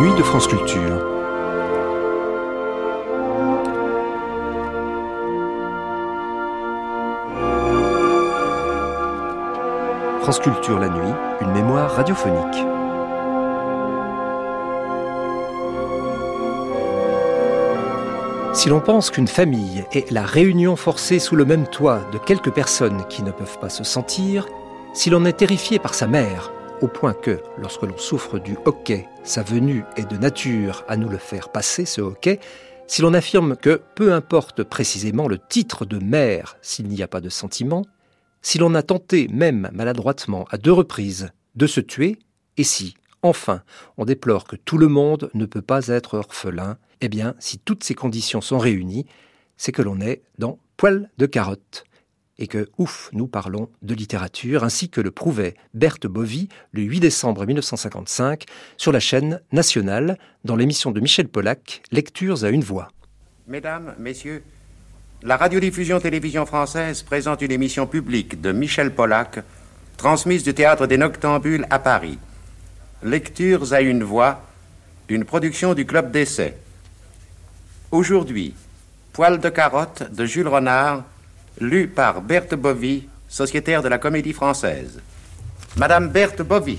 nuit de France Culture. France Culture la nuit, une mémoire radiophonique. Si l'on pense qu'une famille est la réunion forcée sous le même toit de quelques personnes qui ne peuvent pas se sentir, si l'on est terrifié par sa mère, au point que, lorsque l'on souffre du hoquet, sa venue est de nature à nous le faire passer, ce hoquet, si l'on affirme que, peu importe précisément le titre de mère s'il n'y a pas de sentiment, si l'on a tenté, même maladroitement, à 2 reprises, de se tuer, et si, enfin, on déplore que tout le monde ne peut pas être orphelin, eh bien, si toutes ces conditions sont réunies, c'est que l'on est dans Poil de carotte. Et que, ouf, nous parlons de littérature, ainsi que le prouvait Berthe Bovy le 8 décembre 1955 sur la chaîne nationale, dans l'émission de Michel Polac, Lectures à une voix. Mesdames, Messieurs, la radiodiffusion télévision française présente une émission publique de Michel Polac, transmise du Théâtre des Noctambules à Paris. Lectures à une voix, une production du Club d'essai. Aujourd'hui, Poil de carotte de Jules Renard, lu par Berthe Bovy, sociétaire de la Comédie Française. Madame Berthe Bovy.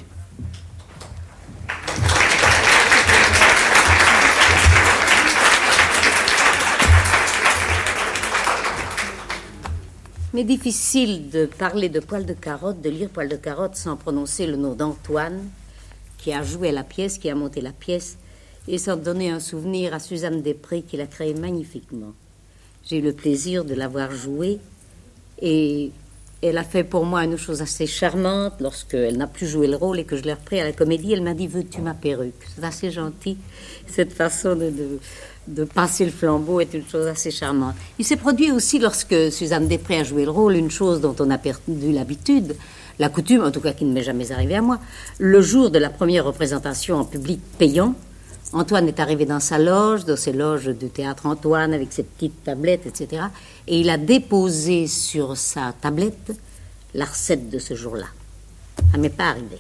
Mais difficile de parler de Poil de carotte, de lire Poil de carotte sans prononcer le nom d'Antoine, qui a joué la pièce, qui a monté la pièce, et sans donner un souvenir à Suzanne Després, qui l'a créé magnifiquement. J'ai eu le plaisir de l'avoir jouée, et elle a fait pour moi une chose assez charmante. Lorsqu'elle n'a plus joué le rôle et que je l'ai repris à la comédie, elle m'a dit « Veux-tu ma perruque ?» C'est assez gentil. Cette façon de passer le flambeau est une chose assez charmante. Il s'est produit aussi, lorsque Suzanne Després a joué le rôle, une chose dont on a perdu l'habitude, la coutume, en tout cas qui ne m'est jamais arrivée à moi. Le jour de la première représentation en public payant, Antoine est arrivé dans sa loge, dans ses loges du théâtre Antoine, avec ses petites tablettes, etc. Et il a déposé sur sa tablette la recette de ce jour-là. Ça ne m'est pas arrivé.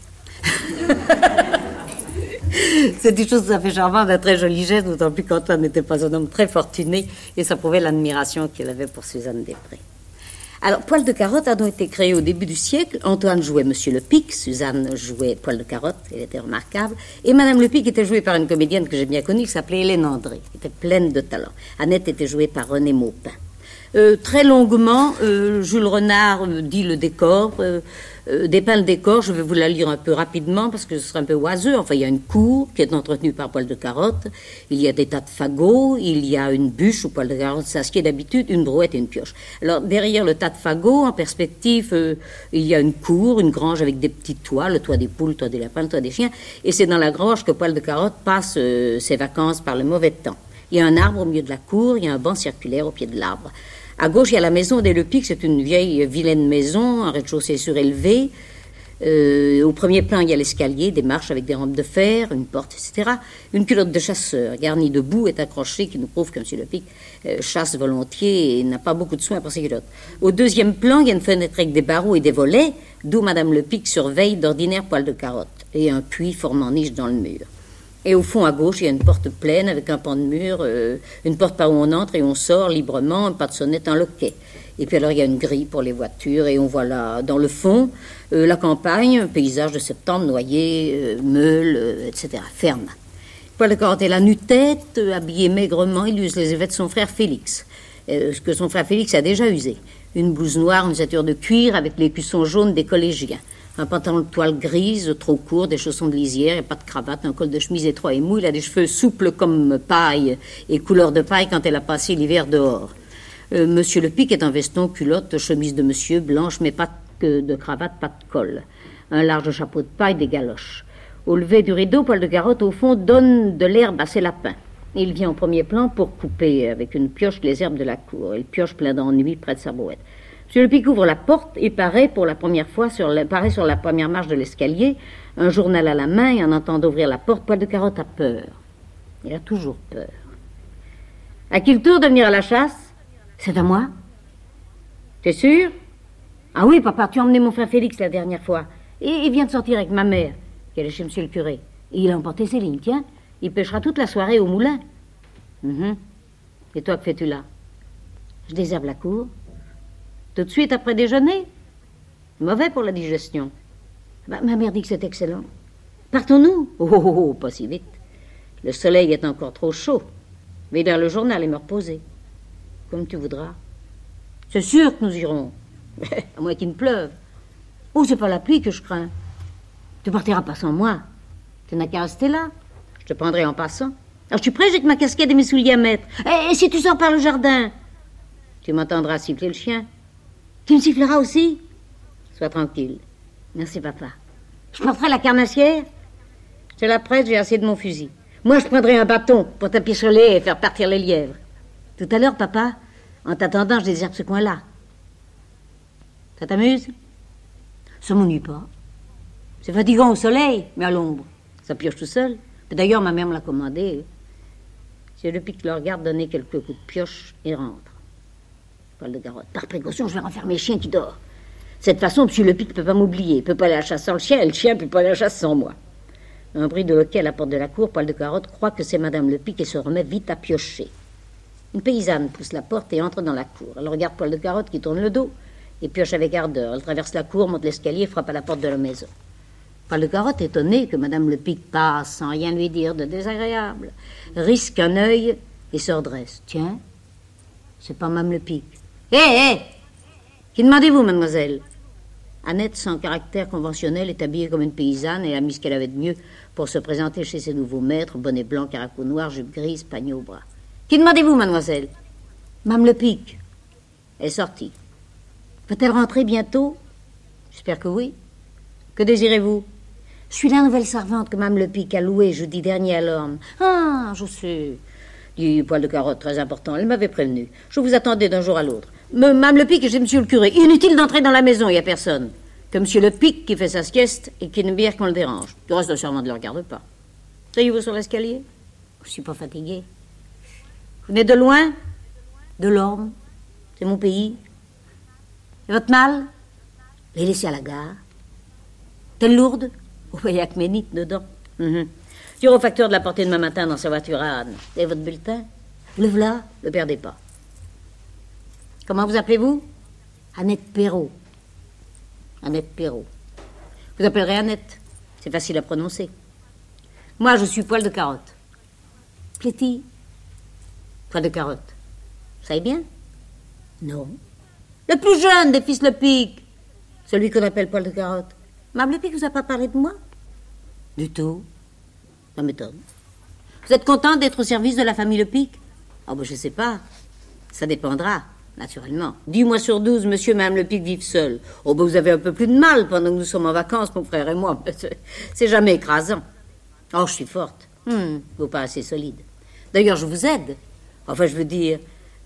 C'est une chose tout à fait charmante, un très joli geste, d'autant plus qu'Antoine n'était pas un homme très fortuné, et ça prouvait l'admiration qu'il avait pour Suzanne Després. Alors, Poil de carotte a donc été créé au début du siècle. Antoine jouait Monsieur Le Pic, Suzanne jouait Poil de carotte, elle était remarquable. Et Madame Le Pic était jouée par une comédienne que j'ai bien connue, qui s'appelait Hélène André, qui était pleine de talent. Annette était jouée par René Maupin. Très longuement, Jules Renard dit le décor, dépeint le décor. Je vais vous la lire un peu rapidement parce que ce serait un peu oiseux. Enfin, il y a une cour qui est entretenue par Poil de carotte. Il y a des tas de fagots. Il y a une bûche où Poil de carotte s'assied d'habitude, une brouette et une pioche. Alors, derrière le tas de fagots, en perspective, il y a une cour, une grange avec des petits toits, le toit des poules, le toit des lapins, le toit des chiens. Et c'est dans la grange que Poil de carotte passe ses vacances par le mauvais temps. Il y a un arbre au milieu de la cour, il y a un banc circulaire au pied de l'arbre. À gauche, il y a la maison des Le Pic, c'est une vieille vilaine maison, un rez-de-chaussée surélevé. Au premier plan, il y a l'escalier, des marches avec des rampes de fer, une porte, etc. Une culotte de chasseur garnie de boue est accrochée, qui nous prouve que M. Le Pic chasse volontiers et n'a pas beaucoup de soins pour ses culottes. Au deuxième plan, il y a une fenêtre avec des barreaux et des volets, d'où Mme Le Pic surveille d'ordinaire Poil de carotte, et un puits formant niche dans le mur. Et au fond, à gauche, il y a une porte pleine avec un pan de mur, une porte par où on entre et on sort librement, pas de sonnette, un loquet. Et puis alors, il y a une grille pour les voitures et on voit là, dans le fond, la campagne, un paysage de septembre, noyer, meules, etc., ferme. Poil de carotte est la nu-tête, habillé maigrement, il use les effets de son frère Félix, ce que son frère Félix a déjà usé. Une blouse noire, une ceinture de cuir avec l'écusson jaune des collégiens. Un pantalon de toile grise, trop court, des chaussons de lisière, et pas de cravate, un col de chemise étroit et mou. Il a des cheveux souples comme paille et couleur de paille quand elle a passé l'hiver dehors. Monsieur Le Pic est en veston, culotte, chemise de monsieur, blanche, mais pas de cravate, pas de col. Un large chapeau de paille, des galoches. Au lever du rideau, Poil de carotte, au fond, donne de l'herbe à ses lapins. Il vient au premier plan pour couper avec une pioche les herbes de la cour. Il pioche plein d'ennui près de sa brouette. M. Le Pic ouvre la porte et paraît pour la première fois sur la première marche de l'escalier, un journal à la main, et en entendant ouvrir la porte, Poil de carotte a peur. Il a toujours peur. À qui le tour de venir à la chasse? C'est à moi. T'es sûr? Ah oui, papa, tu as emmené mon frère Félix la dernière fois. Et il vient de sortir avec ma mère, qui est chez monsieur le curé. Et il a emporté Céline, tiens. Il pêchera toute la soirée au moulin. Et toi, que fais-tu là? Je désherbe la cour. Tout de suite après déjeuner. Mauvais pour la digestion. Ma mère dit que c'est excellent. Partons-nous? Oh, pas si vite. Le soleil est encore trop chaud. Je vais lire le journal et me reposer. Comme tu voudras. C'est sûr que nous irons. À moins qu'il ne pleuve. Oh, c'est pas la pluie que je crains. Tu partiras pas sans moi. Tu n'as qu'à rester là. Je te prendrai en passant. Alors, je suis prêt, j'ai que ma casquette et mes souliers à mettre. Et si tu sors par le jardin? Tu m'entendras siffler le chien. Tu me siffleras aussi? Sois tranquille. Merci, papa. Je porterai la carnassière? Je la prête, j'ai assez de mon fusil. Moi, je prendrai un bâton pour t'apicholer et faire partir les lièvres. Tout à l'heure, papa, en t'attendant, je désherbe ce coin-là. Ça t'amuse? Ça m'ennuie pas. C'est fatigant au soleil, mais à l'ombre. Ça pioche tout seul. D'ailleurs, ma mère me l'a commandé. Monsieur Lepic le regarde donner quelques coups de pioche et rentre. Poil de carotte. Par précaution, je vais renfermer le chien qui dort. De cette façon, monsieur Lepic ne peut pas m'oublier. Il ne peut pas aller à la chasse sans le chien, et le chien ne peut pas aller à la chasse sans moi. Un bruit de hoquet à la porte de la cour, Poil de carotte croit que c'est madame Lepic et se remet vite à piocher. Une paysanne pousse la porte et entre dans la cour. Elle regarde Poil de carotte qui tourne le dos et pioche avec ardeur. Elle traverse la cour, monte l'escalier et frappe à la porte de la maison. Poil de carotte, étonné que madame Lepic passe sans rien lui dire de désagréable, risque un œil et se redresse. Tiens, c'est pas madame Lepic. Hé! Qui demandez-vous, mademoiselle? Annette, sans caractère conventionnel, est habillée comme une paysanne et a mis ce qu'elle avait de mieux pour se présenter chez ses nouveaux maîtres, bonnet blanc, caraco noir, jupe grise, panier au bras. Qui demandez-vous, mademoiselle? Madame Lepic. Elle est sortie. Va-t-elle rentrer bientôt? J'espère que oui. Que désirez-vous? Je suis la nouvelle servante que Mme Lepic a louée jeudi dernier à l'orme. Ah, je sais, dit Poil de carotte, très important. Elle m'avait prévenu. Je vous attendais d'un jour à l'autre. Mme Lepic et j'ai monsieur le curé. Inutile d'entrer dans la maison, il n'y a personne. Que monsieur Lepic qui fait sa sieste et qui n'aime bien qu'on le dérange. Du reste, le servant ne le regarde pas. Asseyez-vous sur l'escalier? Je ne suis pas fatiguée. Vous venez de loin? De l'orme. C'est mon pays. Et votre mal? Les laisser à la gare. Telle lourde? Oh, il n'y a que mes nites dedans. Dire au facteur de la porter demain matin dans sa voiture à Anne. Et votre bulletin? Le voilà, le perdez pas. Comment vous appelez-vous? Annette Perrault. Annette Perrault. Vous appellerez Annette. C'est facile à prononcer. Moi, je suis Poil de carotte. Pléty? Poil de carotte. Vous savez bien? Non. Le plus jeune des fils Lepic. Celui qu'on appelle Poil de carotte. Mme Lepic vous a pas parlé de moi? Du tout. Ça m'étonne. Vous êtes contente d'être au service de la famille Lepic? Ah ben je sais pas. Ça dépendra, naturellement. 10 mois sur 12, monsieur et mme Lepic vivent seuls. Oh ben vous avez un peu plus de mal pendant que nous sommes en vacances, mon frère et moi. C'est jamais écrasant. Oh, je suis forte. Vous pas assez solide. D'ailleurs, je vous aide. Enfin, je veux dire...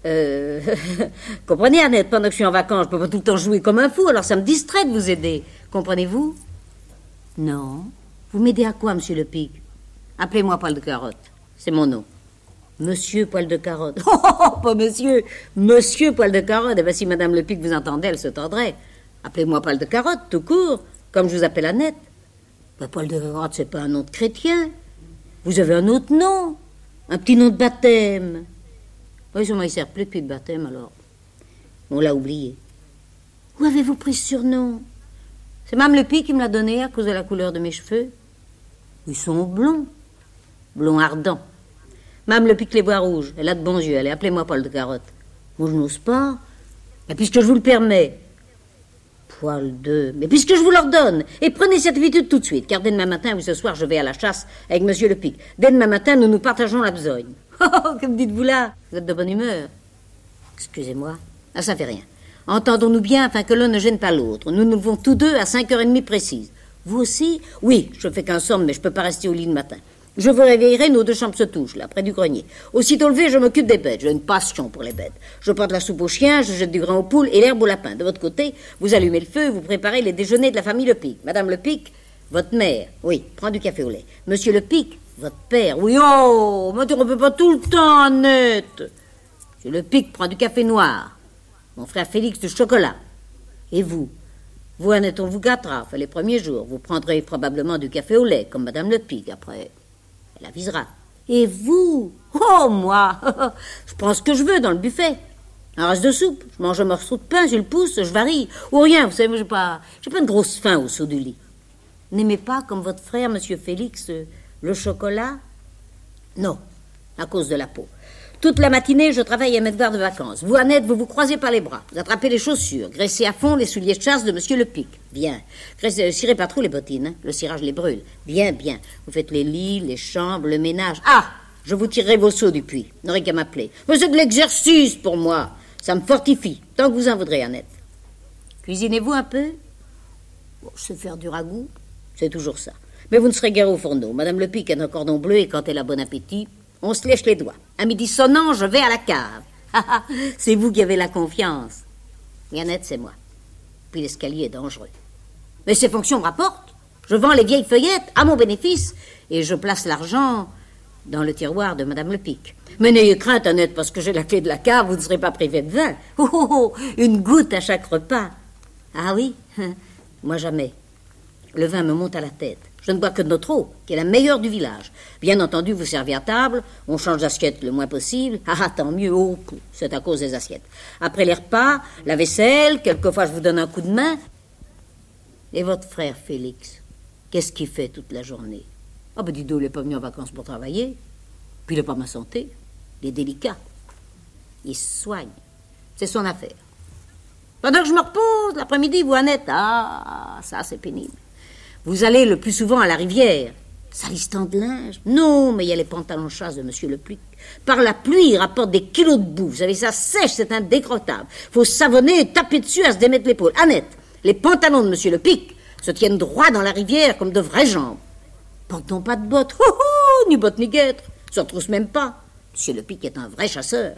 Comprenez, Annette, pendant que je suis en vacances, je peux pas tout le temps jouer comme un fou, alors ça me distrait de vous aider. Comprenez-vous? Non. Vous m'aidez à quoi, monsieur Lepic? Appelez-moi Poil de carotte. C'est mon nom. Monsieur Poil de carotte. Oh, pas monsieur. Monsieur Poil de carotte. Eh bien, si madame Lepic vous entendait, elle se tordrait. Appelez-moi Poil de carotte, tout court, comme je vous appelle Annette. Ben, Poil de carotte, c'est pas un nom de chrétien. Vous avez un autre nom. Un petit nom de baptême. Oui, ça ne sert plus depuis le baptême, alors. On l'a oublié. Où avez-vous pris ce surnom? C'est Mme Lepic qui me l'a donné à cause de la couleur de mes cheveux. Ils sont blonds. Blonds ardents. Mme Lepic les voit rouges. Elle a de bons yeux. Allez, appelez-moi Poil de carotte. Moi, je n'ose pas. Mais puisque je vous le permets. Poil de... Mais puisque je vous l'ordonne. Et prenez cette habitude tout de suite. Car dès demain matin, oui, ce soir, je vais à la chasse avec monsieur Lepic. Dès demain matin, nous partageons la besogne. Oh, que me dites-vous là? Vous êtes de bonne humeur. Excusez-moi. Ah, ça fait rien. Entendons-nous bien afin que l'un ne gêne pas l'autre. Nous nous levons tous deux à 5h30 précises. Vous aussi? Oui, je fais qu'un somme, mais je peux pas rester au lit le matin. Je vous réveillerai, nos deux chambres se touchent, là, près du grenier. Aussitôt levé, je m'occupe des bêtes. J'ai une passion pour les bêtes. Je porte la soupe aux chiens, je jette du grain aux poules et l'herbe aux lapins. De votre côté, vous allumez le feu, vous préparez les déjeuners de la famille Lepic. Madame Lepic, votre mère, oui, prend du café au lait. Monsieur Lepic, votre père, oui, oh, m'interrompez pas tout le temps, Annette. Monsieur Lepic prend du café noir. Mon frère Félix du chocolat. Et vous? Vous, Annette, on vous gâtera. Enfin, les premiers jours, vous prendrez probablement du café au lait, comme Madame Lepic. Après, elle avisera. Et vous? Oh, moi, je prends ce que je veux dans le buffet. Un reste de soupe, je mange un morceau de pain, je le pousse, je varie. Ou rien, vous savez, moi, j'ai pas une grosse faim au saut du lit. N'aimez pas, comme votre frère, monsieur Félix, le chocolat? Non, à cause de la peau. Toute la matinée, je travaille à mes devoirs de vacances. Vous, Annette, vous vous croisez par les bras. Vous attrapez les chaussures, graissez à fond les souliers de chasse de monsieur le Pic. Bien. Cirez pas trop les bottines, hein. Le cirage les brûle. Bien, bien. Vous faites les lits, les chambres, le ménage. Ah! Je vous tirerai vos seaux du puits. N'aurez qu'à m'appeler. Mais c'est de l'exercice pour moi. Ça me fortifie. Tant que vous en voudrez, Annette. Cuisinez-vous un peu? Bon, je sais faire du ragoût. C'est toujours ça. Mais vous ne serez guère au fourneau. Madame le Pic a un cordon bleu et quand elle a bon appétit, on se lèche les doigts. À midi sonnant, je vais à la cave. C'est vous qui avez la confiance. Et Annette, c'est moi. Puis l'escalier est dangereux. Mais ces fonctions me rapportent. Je vends les vieilles feuillettes à mon bénéfice et je place l'argent dans le tiroir de Madame le Pic. Mais n'ayez crainte, Annette, parce que j'ai la clé de la cave, vous ne serez pas privé de vin. Oh, oh, oh, une goutte à chaque repas. Ah oui? Moi, jamais. Le vin me monte à la tête. Je ne bois que de notre eau, qui est la meilleure du village. Bien entendu, vous servez à table, on change d'assiette le moins possible. Ah, tant mieux, oh, c'est à cause des assiettes. Après les repas, la vaisselle, quelquefois je vous donne un coup de main. Et votre frère, Félix, qu'est-ce qu'il fait toute la journée? Ah, ben dis donc, il n'est pas venu en vacances pour travailler. Puis il n'a pas ma santé. Il est délicat. Il se soigne. C'est son affaire. Pendant que je me repose, l'après-midi, vous, Annette, ah, ça, c'est pénible. Vous allez le plus souvent à la rivière. Salissant de linge? Non, mais il y a les pantalons de chasse de monsieur le Pic. Par la pluie, il rapporte des kilos de boue. Vous savez, ça sèche, c'est indécrottable. Faut savonner et taper dessus à se démettre l'épaule. Annette, les pantalons de monsieur le Pic se tiennent droit dans la rivière comme de vraies jambes. Portons pas de bottes. Oh, oh, ni bottes ni guêtres. Se retrousse même pas. Monsieur le Pic est un vrai chasseur.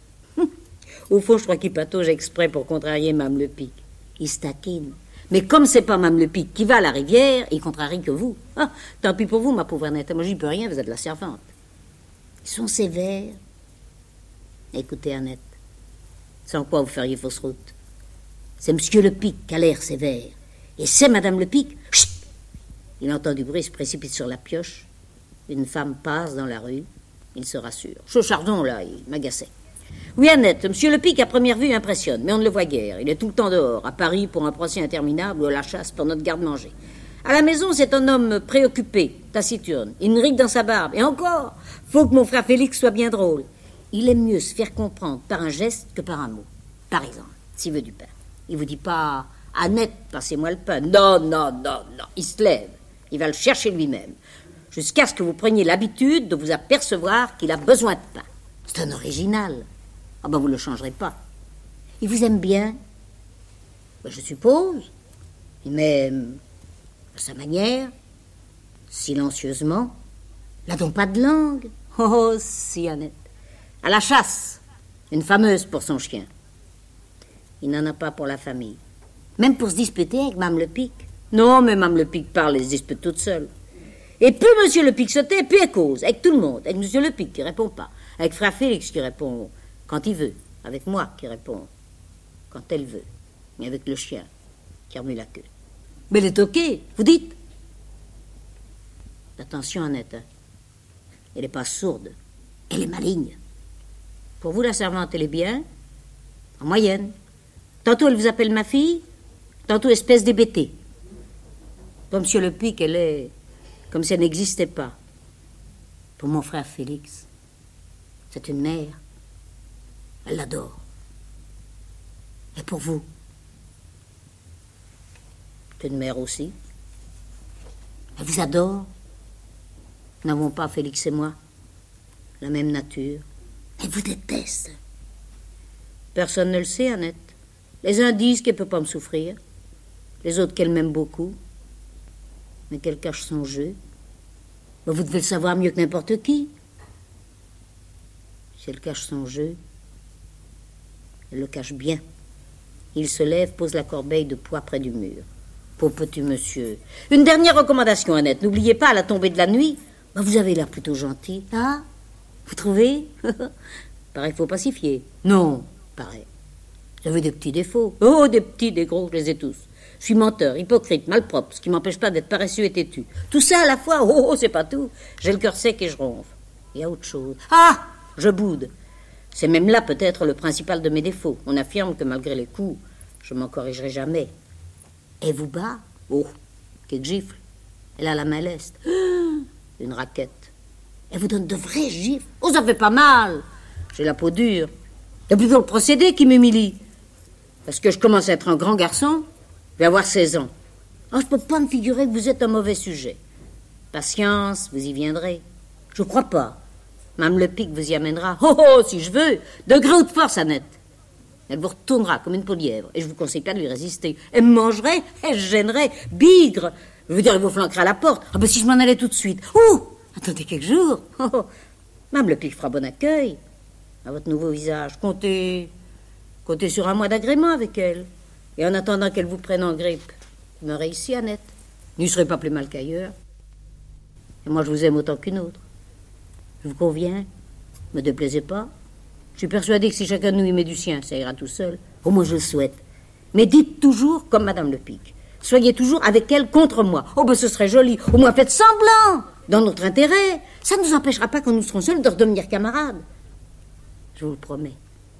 Au fond, je crois qu'il patauge exprès pour contrarier Mme le Pic. Il se taquine. Mais comme c'est pas Mme le Pic qui va à la rivière, il contrarie que vous. Ah, tant pis pour vous, ma pauvre Annette. Moi, j'y peux rien, vous êtes la servante. Ils sont sévères. Écoutez, Annette, sans quoi vous feriez fausse route. C'est Monsieur le Pic qui a l'air sévère. Et c'est Madame le Pic. Chut! Il entend du bruit, il se précipite sur la pioche. Une femme passe dans la rue. Il se rassure. Ce chardon, là, il m'agaçait. Oui, Annette, monsieur le Pic, à première vue, impressionne, mais on ne le voit guère. Il est tout le temps dehors, à Paris pour un procès interminable ou à la chasse pour notre garde-manger. À la maison, c'est un homme préoccupé, taciturne. Il ne rigue dans sa barbe. Et encore, faut que mon frère Félix soit bien drôle. Il aime mieux se faire comprendre par un geste que par un mot. Par exemple, s'il veut du pain. Il vous dit pas « Annette, passez-moi le pain ». Non, non, non, non. Il se lève. Il va le chercher lui-même. Jusqu'à ce que vous preniez l'habitude de vous apercevoir qu'il a besoin de pain. C'est un original. Ah ben vous ne le changerez pas. Il vous aime bien? Ben, je suppose. Il m'aime à sa manière, silencieusement. N'a donc pas de langue? Oh, si, Annette. À la chasse, une fameuse pour son chien. Il n'en a pas pour la famille. Même pour se disputer avec Mme le Pic. Non, mais Mme le Pic parle et se dispute toute seule. Et plus Monsieur le Pic se tait, plus elle cause, avec tout le monde. Avec Monsieur le Pic qui répond pas. Avec frère Félix qui répond quand il veut. Avec moi qui répond quand elle veut. Et avec le chien qui remue la queue. Mais elle est OK, vous dites? Attention, Annette. Hein. Elle n'est pas sourde. Elle est maligne. Pour vous, la servante, elle est bien? En moyenne. Tantôt, elle vous appelle ma fille. Tantôt, espèce d'hébété. Pour Monsieur le Pic, elle est comme si elle n'existait pas. Pour mon frère Félix, c'est une mère. Elle l'adore. Et pour vous? C'est une mère aussi. Elle vous adore. Nous n'avons pas, Félix et moi, la même nature. Elle vous déteste. Personne ne le sait, Annette. Les uns disent qu'elle ne peut pas me souffrir. Les autres qu'elle m'aime beaucoup. Mais qu'elle cache son jeu. Mais vous devez le savoir mieux que n'importe qui. Si elle cache son jeu, elle le cache bien. Il se lève, pose la corbeille de poids près du mur. Pauvre petit monsieur. Une dernière recommandation, Annette. N'oubliez pas, à la tombée de la nuit, vous avez l'air plutôt gentil. Ah, vous trouvez? Pareil qu'il faut pacifier. Non, pareil. Vous avez des petits défauts. Oh, des petits, des gros, je les ai tous. Je suis menteur, hypocrite, malpropre, ce qui m'empêche pas d'être paresseux et têtu. Tout ça à la fois, oh, c'est pas tout. J'ai le cœur sec et je ronfle. Il y a autre chose. Ah, je boude. C'est même là peut-être le principal de mes défauts. On affirme que malgré les coups, je m'en corrigerai jamais. Elle vous bat? Oh, quelle gifle. Elle a la main leste. Une raquette. Elle vous donne de vraies gifles. Oh, ça fait pas mal. J'ai la peau dure. C'est plutôt le procédé qui m'humilie. Parce que je commence à être un grand garçon. Je vais avoir 16 ans. Oh, je peux pas me figurer que vous êtes un mauvais sujet. Patience, vous y viendrez. Je crois pas. Mme Lepic vous y amènera. Oh, oh, si je veux. De gré ou de force, Annette. Elle vous retournera comme une peau de lièvre. Et je vous conseille pas de lui résister. Elle me mangerait, elle se gênerait. Bigre. Je veux dire, elle vous flanquerait à la porte. Ah ben si je m'en allais tout de suite. Ouh, attendez quelques jours. Oh, oh. Mme Lepic fera bon accueil à votre nouveau visage. Comptez sur un mois d'agrément avec elle. Et en attendant qu'elle vous prenne en grippe, demeurez ici, Annette. N'y serez pas plus mal qu'ailleurs. Et moi, je vous aime autant qu'une autre. Je vous conviens. Me déplaisez pas. Je suis persuadée que si chacun de nous y met du sien, ça ira tout seul. Au moins, je le souhaite. Mais dites toujours comme Madame Lepic. Soyez toujours avec elle contre moi. Oh, ben ce serait joli. Au moins, faites semblant. Dans notre intérêt. Ça ne nous empêchera pas, quand nous serons seuls, de redevenir camarades. Je vous le promets.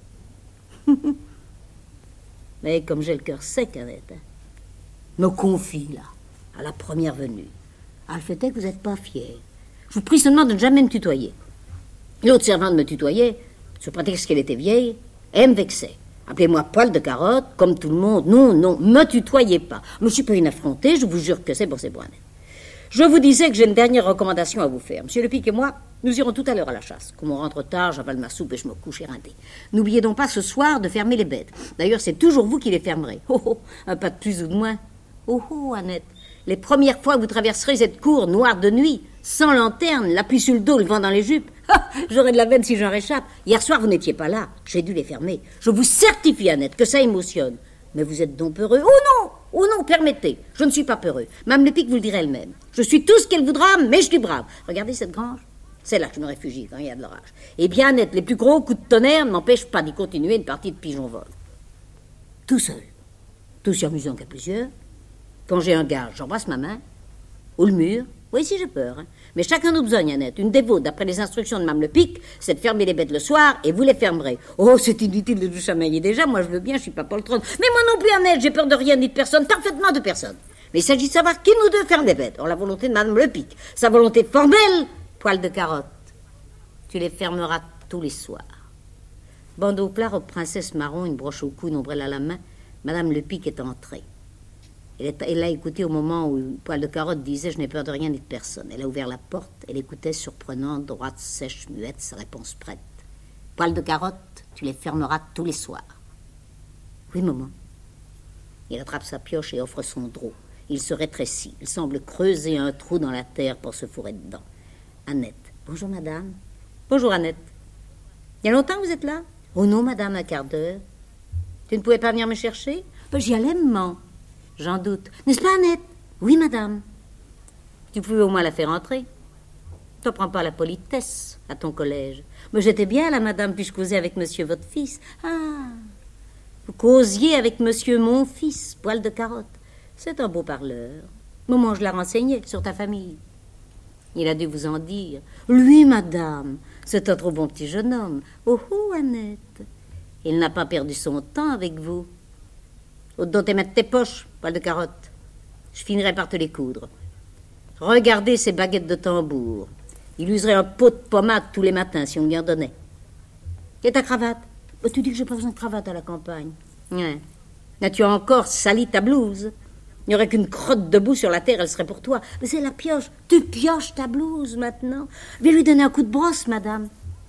Mais comme j'ai le cœur sec, Annette, hein, me confie, là, à la première venue. Ah, le fait est que vous n'êtes pas fière. Je vous prie seulement de ne jamais me tutoyer. L'autre servante me tutoyait, sous prétexte qu'elle était vieille, et elle me vexait. Appelez-moi poil de carotte, comme tout le monde. Non, non, me tutoyez pas. Je ne suis pas une affrontée, je vous jure que c'est pour ces points. Je vous disais que j'ai une dernière recommandation à vous faire. Monsieur Lepic et moi, nous irons tout à l'heure à la chasse. Comme on rentre tard, j'avale ma soupe et je me couche éreinté. N'oubliez donc pas ce soir de fermer les bêtes. D'ailleurs, c'est toujours vous qui les fermerez. Oh, oh, un pas de plus ou de moins. Oh, oh, Annette, les premières fois que vous traverserez cette cour noire de nuit, sans lanterne, la pluie sur le dos, le vent dans les jupes, j'aurai de la veine si j'en réchappe. Hier soir, vous n'étiez pas là. J'ai dû les fermer. Je vous certifie, Annette, que ça émotionne. Mais vous êtes donc peureux. Oh non, permettez. Je ne suis pas peureux. Mme Lepic vous le dirait elle-même. Je suis tout ce qu'elle voudra, mais je suis brave. Regardez cette grange. C'est là que je me réfugie quand il y a de l'orage. Eh bien, Annette, les plus gros coups de tonnerre ne m'empêchent pas d'y continuer une partie de pigeon-vol. Tout seul. Tout aussi amusant qu'à plusieurs. Quand j'ai un gage, j'embrasse ma main. Ou le mur. Oui, si j'ai peur. Hein. Mais chacun nous besogne, Annette. Une dévote, d'après les instructions de Mme Lepic, c'est de fermer les bêtes le soir et vous les fermerez. Oh, c'est inutile de vous chamailler déjà. Moi, je veux bien, je suis pas poltronne. Mais moi non plus, Annette, j'ai peur de rien ni de personne, parfaitement de personne. Mais il s'agit de savoir qui nous deux ferme les bêtes. Or, la volonté de Mme Lepic. Sa volonté formelle, poil de carotte. Tu les fermeras tous les soirs. Bandeau plat, robe princesse marron, une broche au cou, une ombrelle à la main. Mme Lepic est entrée. Elle l'a écouté au moment où Poil de Carotte disait « Je n'ai peur de rien ni de personne ». Elle a ouvert la porte, elle écoutait surprenante, droite, sèche, muette, sa réponse prête. « Poil de Carotte, tu les fermeras tous les soirs. »« Oui, maman. » Il attrape sa pioche et offre son drap. Il se rétrécit. Il semble creuser un trou dans la terre pour se fourrer dedans. Annette. « Bonjour, madame. »« Bonjour, Annette. Il y a longtemps que vous êtes là ?»« Oh non, madame, un quart d'heure. »« Tu ne pouvais pas venir me chercher ?»« J'y allais, maman. » J'en doute. N'est-ce pas, Annette? Oui, madame. Tu pouvais au moins la faire entrer. Tu n'apprends pas la politesse à ton collège. Mais j'étais bien là, madame, puis je causais avec monsieur votre fils. Ah, vous causiez avec monsieur mon fils, Poil de Carotte. C'est un beau parleur. Maman, je l'ai renseigné sur ta famille. Il a dû vous en dire. Lui, madame, c'est un trop bon petit jeune homme. Oh, oh, Annette. Il n'a pas perdu son temps avec vous. Au-dedans tes mettre tes poches, Poil de Carotte. Je finirai par te les coudre. Regardez ces baguettes de tambour. Il userait un pot de pommade tous les matins si on lui en donnait. Et ta cravate? Tu dis que j'ai pas besoin de cravate à la campagne. Ouais. Là, tu as encore sali ta blouse. Il n'y aurait qu'une crotte de boue sur la terre, elle serait pour toi. Mais c'est la pioche. Tu pioches ta blouse maintenant. Je vais lui donner un coup de brosse, madame.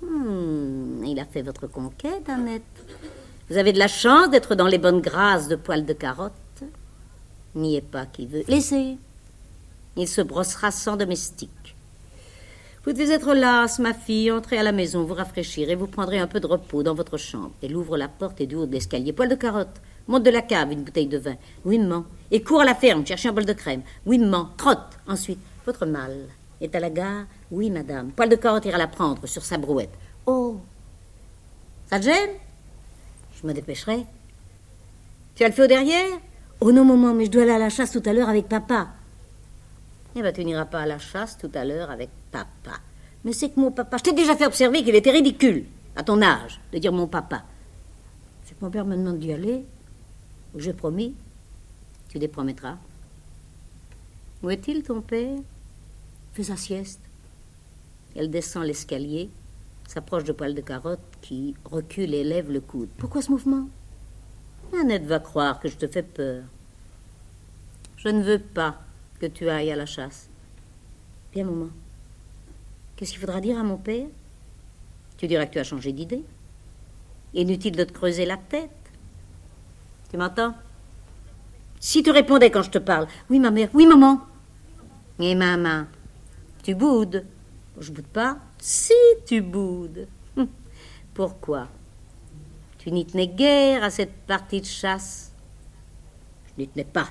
Il a fait votre conquête, Annette. Vous avez de la chance d'être dans les bonnes grâces de Poil de Carotte. N'y est pas qui veut. Laissez. Il se brossera sans domestique. Vous devez être lasse, ma fille. Entrez à la maison, vous rafraîchir et vous prendrez un peu de repos dans votre chambre. Elle ouvre la porte et du haut de l'escalier. Poil de Carotte, monte de la cave une bouteille de vin. Oui, maman. Et cours à la ferme, chercher un bol de crème. Oui, maman. Trotte. Ensuite, votre malle est à la gare. Oui, madame. Poil de Carotte ira la prendre sur sa brouette. Oh, ça te gêne? Je me dépêcherai. Tu as le feu derrière? Oh non, maman, mais je dois aller à la chasse tout à l'heure avec papa. Eh bien, tu n'iras pas à la chasse tout à l'heure avec papa. Mais c'est que mon papa... Je t'ai déjà fait observer qu'il était ridicule, à ton âge, de dire mon papa. C'est que mon père me demande d'y aller. J'ai promis. Tu dépromettras. Où est-il, ton père? Fait sa sieste. Elle descend l'escalier, s'approche de Poil de Carotte, qui recule et lève le coude. Pourquoi ce mouvement? Annette va croire que je te fais peur. Je ne veux pas que tu ailles à la chasse. Bien, maman. Qu'est-ce qu'il faudra dire à mon père? Tu diras que tu as changé d'idée. Inutile de te creuser la tête. Tu m'entends? Si tu répondais quand je te parle. Oui, ma mère. Oui, maman. Et maman, tu boudes. Je boude pas. Si tu boudes. Pourquoi? Tu n'y tenais guère à cette partie de chasse. Je n'y tenais pas.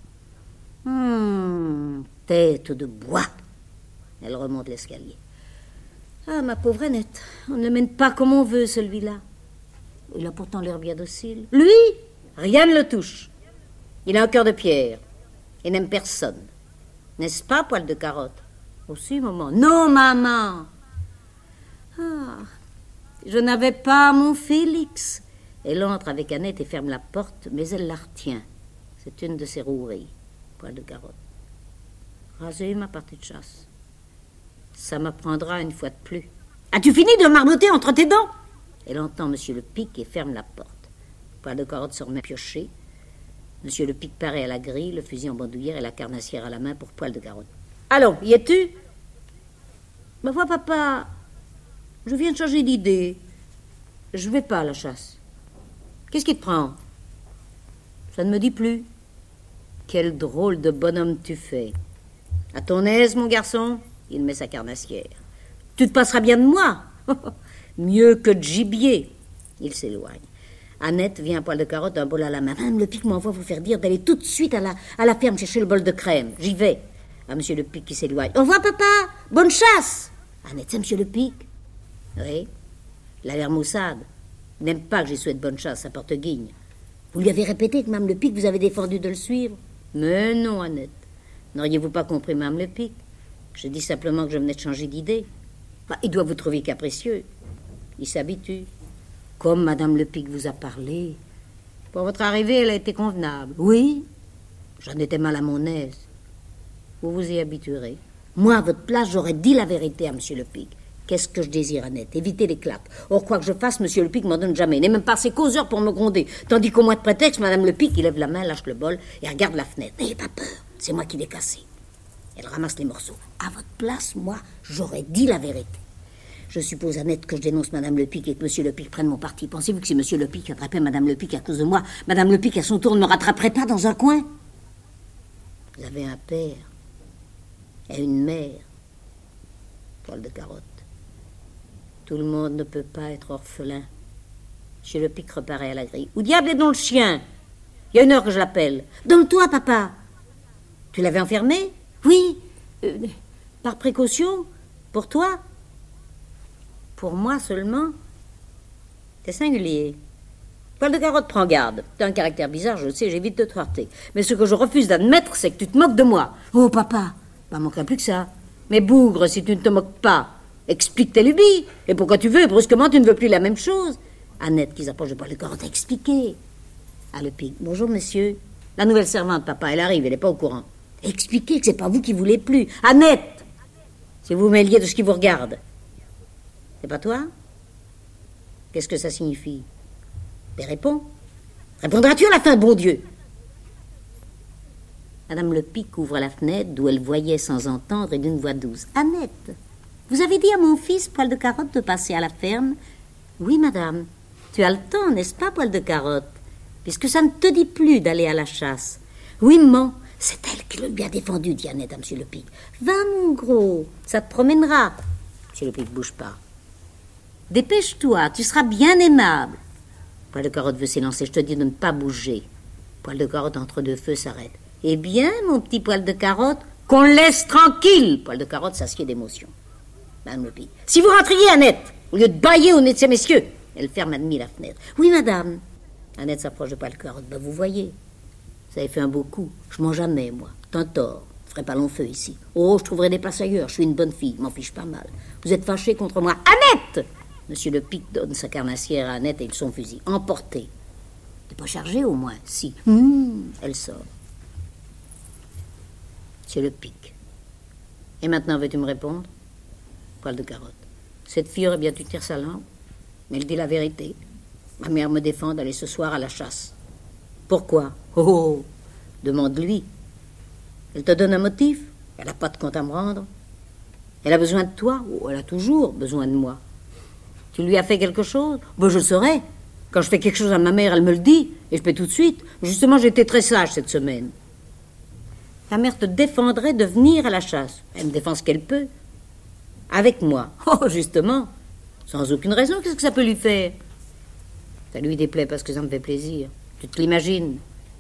Tête de bois. Elle remonte l'escalier. Ah, ma pauvre Annette, on ne le mène pas comme on veut, celui-là. Il a pourtant l'air bien docile. Lui, rien ne le touche. Il a un cœur de pierre et n'aime personne. N'est-ce pas, Poil de Carotte? Aussi, maman. Non, maman. Ah, je n'avais pas mon Félix. Elle entre avec Annette et ferme la porte, mais elle la retient. C'est une de ses roueries, Poil de Carotte. Raser ma partie de chasse. Ça m'apprendra une fois de plus. As-tu fini de marmotter entre tes dents? Elle entend Monsieur le Pic et ferme la porte. Poil de Carotte se remet à piocher. Monsieur le Pic paraît à la grille, le fusil en bandoulière et la carnassière à la main pour Poil de Carotte. Allons, y es-tu? Ma foi, papa, je viens de changer d'idée. Je vais pas à la chasse. Qu'est-ce qui te prend? Ça ne me dit plus. Quel drôle de bonhomme tu fais. À ton aise, mon garçon? Il met sa carnassière. Tu te passeras bien de moi. Mieux que de gibier. Il s'éloigne. Annette vient à Poil de Carotte, un bol à la main. Madame le Pic m'envoie vous faire dire d'aller tout de suite à la ferme chercher le bol de crème. J'y vais. À Monsieur le Pic qui s'éloigne. Au revoir, papa. Bonne chasse. Annette, c'est Monsieur le Pic? Oui. Il a l'air maussade. Il n'aime pas que j'y souhaite bonne chasse, ça porte guigne. Vous lui avez répété que Madame le Pic vous avait défendu de le suivre? Mais non, Annette. N'auriez-vous pas compris, Madame le Pic? Je dis simplement que je venais de changer d'idée. Bah, il doit vous trouver capricieux. Il s'habitue. Comme Madame le Pic vous a parlé. Pour votre arrivée, elle a été convenable. Oui, j'en étais mal à mon aise. Vous vous y habituerez. Moi, à votre place, j'aurais dit la vérité à Monsieur le Pic. Qu'est-ce que je désire, Annette? Éviter les claques. Or, quoi que je fasse, Monsieur le Pic m'en donne jamais. Il n'est même pas assez causeur pour me gronder. Tandis qu'au moins de prétexte, Madame le Pic, il lève la main, lâche le bol et regarde la fenêtre. N'ayez pas peur, c'est moi qui l'ai cassé. Elle ramasse les morceaux. À votre place, moi, j'aurais dit la vérité. Je suppose, Annette, que je dénonce Madame le Pic et que Monsieur le Pic prenne mon parti. Pensez-vous que si Monsieur le Pic attrapait Madame le Pic à cause de moi, Madame le Pic, à son tour, ne me rattraperait pas dans un coin? Vous avez un père et une mère, Poil de Carotte. Tout le monde ne peut pas être orphelin. Monsieur le Pic reparaît à la grille. Où diable est donc le chien? Il y a une heure que je l'appelle. Dans le toit, papa. Tu l'avais enfermé? Oui. Par précaution? Pour toi? Pour moi seulement? C'est singulier. Poil de Carotte, prends garde. T'as un caractère bizarre, je le sais, j'évite de te heurter. Mais ce que je refuse d'admettre, c'est que tu te moques de moi. Oh, papa, il m'en manquerait plus que ça. Mais bougre, si tu ne te moques pas, explique tes lubies. Et pourquoi tu veux, et brusquement, tu ne veux plus la même chose. Annette, qui s'approche de Poil de Carotte, a expliqué. Ah, le Pic. Bonjour, monsieur. La nouvelle servante, papa, elle arrive, elle n'est pas au courant. Expliquez que c'est pas vous qui voulez plus. Annette, si vous mêliez de ce qui vous regarde. C'est pas toi? Qu'est-ce que ça signifie? Mais réponds. Répondras-tu à la fin, bon Dieu? Madame le Pic ouvre la fenêtre d'où elle voyait sans entendre et d'une voix douce. Annette, vous avez dit à mon fils, Poil de Carotte, de passer à la ferme? Oui, madame. Tu as le temps, n'est-ce pas, Poil de Carotte? Puisque ça ne te dit plus d'aller à la chasse. Oui, maman, c'est elle qui l'a bien défendu, dit Annette à Monsieur le Pic. Va, mon gros, ça te promènera. Monsieur le Pic, bouge pas. Dépêche-toi, tu seras bien aimable. Poil de Carotte veut s'élancer, je te dis de ne pas bouger. Poil de Carotte, entre deux feux, s'arrête. Eh bien, mon petit Poil de Carotte, qu'on le laisse tranquille. Poil de Carotte s'assied d'émotion. Madame le Pic. Si vous rentriez, Annette, au lieu de bâiller au nez de ces messieurs. Elle ferme à demi la fenêtre. Oui, madame. Annette s'approche de Poil de Carotte. Ben, vous voyez, ça avait fait un beau coup. Je mens jamais, moi. T'as tort. ferai pas long feu ici. Oh, je trouverai des places ailleurs. Je suis une bonne fille, m'en fiche pas mal. Vous êtes fâchés contre moi. Annette! Monsieur le Pic donne sa carnassière à Annette et son fusil. Emporté. T'es pas chargé au moins? Si. Elle sort. Monsieur le Pic. Et maintenant, veux-tu me répondre? Poil de carotte. Cette fille aurait bien dû tirer sa langue, mais elle dit la vérité. Ma mère me défend d'aller ce soir à la chasse. Pourquoi? Oh, demande-lui. Elle te donne un motif? Elle n'a pas de compte à me rendre. Elle a besoin de toi? Oh, elle a toujours besoin de moi. Tu lui as fait quelque chose? Ben, je le saurais. Quand je fais quelque chose à ma mère, elle me le dit, et je fais tout de suite. Justement, j'ai été très sage cette semaine. Ta mère te défendrait de venir à la chasse. Elle me défend ce qu'elle peut. Avec moi. Oh, justement. Sans aucune raison, qu'est-ce que ça peut lui faire? Ça lui déplaît parce que ça me fait plaisir. Tu te l'imagines?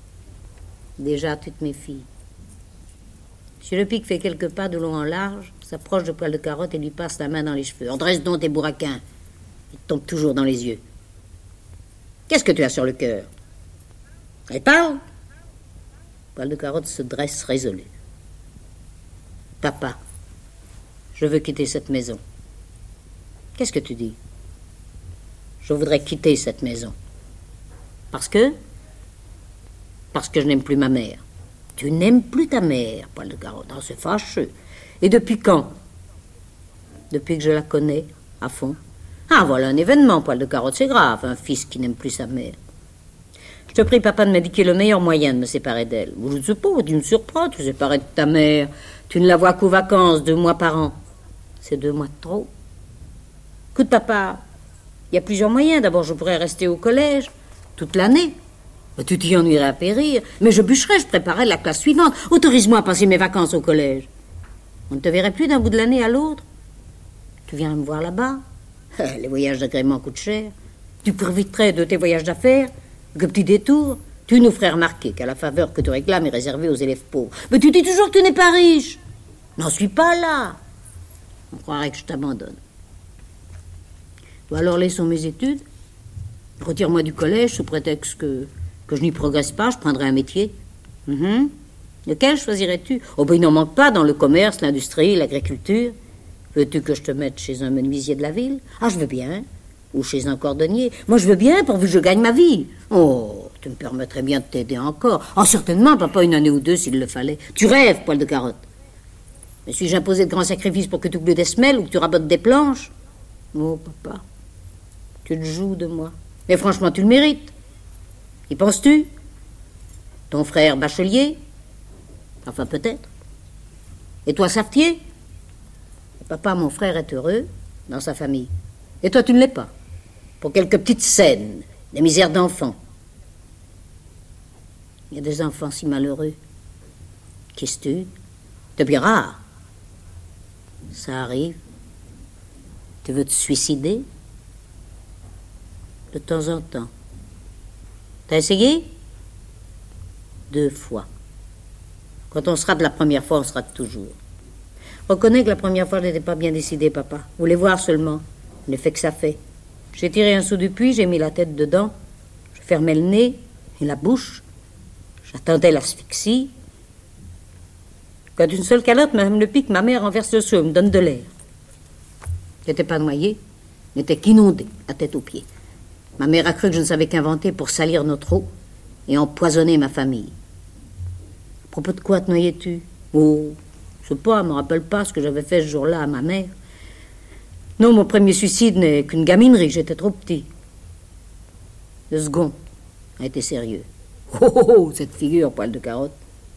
Déjà, tu te méfies. Monsieur le Pic fait quelques pas de long en large, s'approche de Poil de carotte et lui passe la main dans les cheveux. Redresse donc tes bourraquins. Il te tombe toujours dans les yeux. Qu'est-ce que tu as sur le cœur? Elle parle? Poil de carotte se dresse résolu. Papa, je veux quitter cette maison. Qu'est-ce que tu dis? Je voudrais quitter cette maison. Parce que je n'aime plus ma mère. Tu n'aimes plus ta mère, Poil de carotte. Oh, c'est fâcheux. Et depuis quand? Depuis que je la connais, à fond. Ah, voilà un événement, Poil de carotte, c'est grave, un fils qui n'aime plus sa mère. Je te prie, papa, de m'indiquer le meilleur moyen de me séparer d'elle. Je ne sais pas, tu me surprends, tu te séparer de ta mère. Tu ne la vois qu'aux vacances, 2 mois par an. C'est 2 mois de trop. Écoute, papa, il y a plusieurs moyens. D'abord, je pourrais rester au collège toute l'année. Tu t'y ennuierais à périr. Mais je bûcherais, je préparais la classe suivante. Autorise-moi à passer mes vacances au collège. On ne te verrait plus d'un bout de l'année à l'autre. Tu viens me voir là-bas. Les voyages d'agrément coûtent cher. Tu profiterais de tes voyages d'affaires. Que petit détour. Tu nous ferais remarquer qu'à la faveur que tu réclames est réservée aux élèves pauvres. Mais tu dis toujours que tu n'es pas riche. N'en suis pas là. On croirait que je t'abandonne. Ou alors laissons mes études. Retire-moi du collège sous prétexte que je n'y progresse pas, je prendrai un métier. Lequel choisirais-tu? Oh, ben il n'en manque pas dans le commerce, l'industrie, l'agriculture. Veux-tu que je te mette chez un menuisier de la ville? Ah, je veux bien. Ou chez un cordonnier. Moi, je veux bien, pourvu que je gagne ma vie. Oh, tu me permettrais bien de t'aider encore. Oh, certainement, papa, 1 année ou 2 s'il le fallait. Tu rêves, Poil de carotte. Mais suis-je imposé de grands sacrifices pour que tu oublies des semelles ou que tu rabotes des planches? Oh, papa, tu te joues de moi. Mais franchement, tu le mérites. Y penses-tu? Ton frère bachelier? Enfin, peut-être. Et toi, savetier? Papa, mon frère est heureux dans sa famille. Et toi, tu ne l'es pas. Pour quelques petites scènes, des misères d'enfants. Il y a des enfants si malheureux. Qu'est-ce que tu? C'est bien rare. Ça arrive. Tu veux te suicider? De temps en temps. T'as essayé? 2 fois. Quand on sera de la première fois, on sera de toujours. Reconnais que la première fois, je n'étais pas bien décidé, papa. Voulais voir seulement. L'effet que ça fait. J'ai tiré un seau du puits, j'ai mis la tête dedans. Je fermais le nez et la bouche. J'attendais l'asphyxie. Quand une seule calotte, Madame Le Pic, ma mère renverse le seau, me donne de l'air. J'étais pas noyé, n'était qu'inondé, la tête aux pieds. Ma mère a cru que je ne savais qu'inventer pour salir notre eau et empoisonner ma famille. À propos de quoi te noyais-tu? Oh, je sais pas, je me rappelle pas ce que j'avais fait ce jour-là à ma mère. Non, mon premier suicide n'est qu'une gaminerie, j'étais trop petit. Le second a été sérieux. Oh, cette figure, Poil de carotte.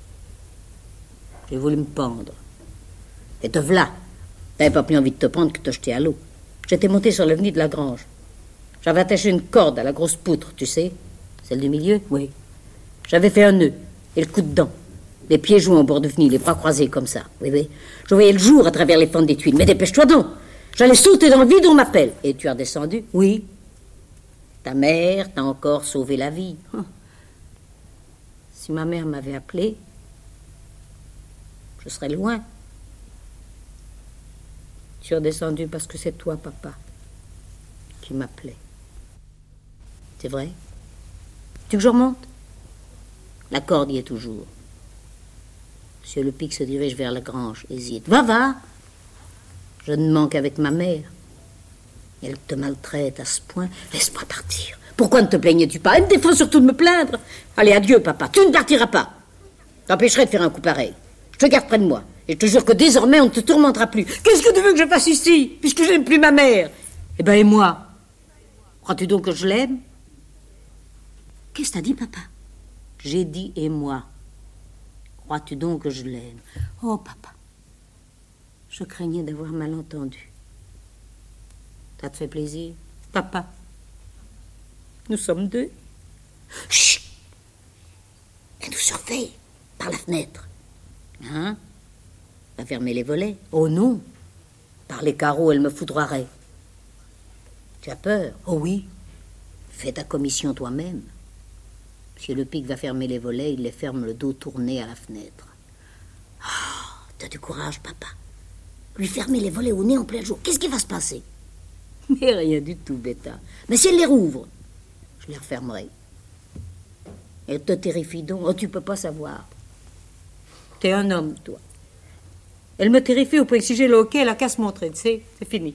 J'ai voulu me pendre. Et te v'là. T'avais pas plus envie de te prendre que de te jeter à l'eau. J'étais monté sur l'avenue de la Grange. J'avais attaché une corde à la grosse poutre, tu sais. Celle du milieu? Oui. J'avais fait un nœud et le coup de dent. Les pieds joints au bord du venille, les bras croisés comme ça. Oui, oui. Je voyais le jour à travers les fentes des tuiles. Mais dépêche-toi donc. J'allais sauter dans le vide, on m'appelle. Et tu es redescendu? Oui. Ta mère t'a encore sauvé la vie. Si ma mère m'avait appelé, je serais loin. Tu es redescendu parce que c'est toi, papa, qui m'appelait. C'est vrai? Tu veux que je remonte? La corde y est toujours. Monsieur le Pic se dirige vers la grange, hésite. Va. Je ne manque avec ma mère. Elle te maltraite à ce point. Laisse-moi partir. Pourquoi ne te plaignais-tu pas? Elle me défend surtout de me plaindre. Allez, adieu, papa. Tu ne partiras pas. T'empêcherais de faire un coup pareil. Je te garde près de moi. Et je te jure que désormais, on ne te tourmentera plus. Qu'est-ce que tu veux que je fasse ici, puisque je n'aime plus ma mère? Eh ben, et moi? Crois-tu donc que je l'aime? Qu'est-ce que t'as dit, papa? J'ai dit et moi. Crois-tu donc que je l'aime? Oh, papa. Je craignais d'avoir mal entendu. Ça te fait plaisir, papa? Nous sommes deux. Chut! Elle nous surveille par la fenêtre. Hein? Va fermer les volets? Oh non! Par les carreaux, elle me foudroierait. Tu as peur? Oh oui. Fais ta commission toi-même. Monsieur le Pic va fermer les volets, il les ferme le dos tourné à la fenêtre. Oh, t'as du courage, papa. Lui fermer les volets au nez en plein jour, qu'est-ce qui va se passer? Mais rien du tout, bêta. Mais si elle les rouvre, je les refermerai. Elle te terrifie donc? Oh, tu peux pas savoir. T'es un homme, toi. Elle me terrifie au point que si j'ai le hoquet, elle a qu'à se montrer, tu sais, c'est fini.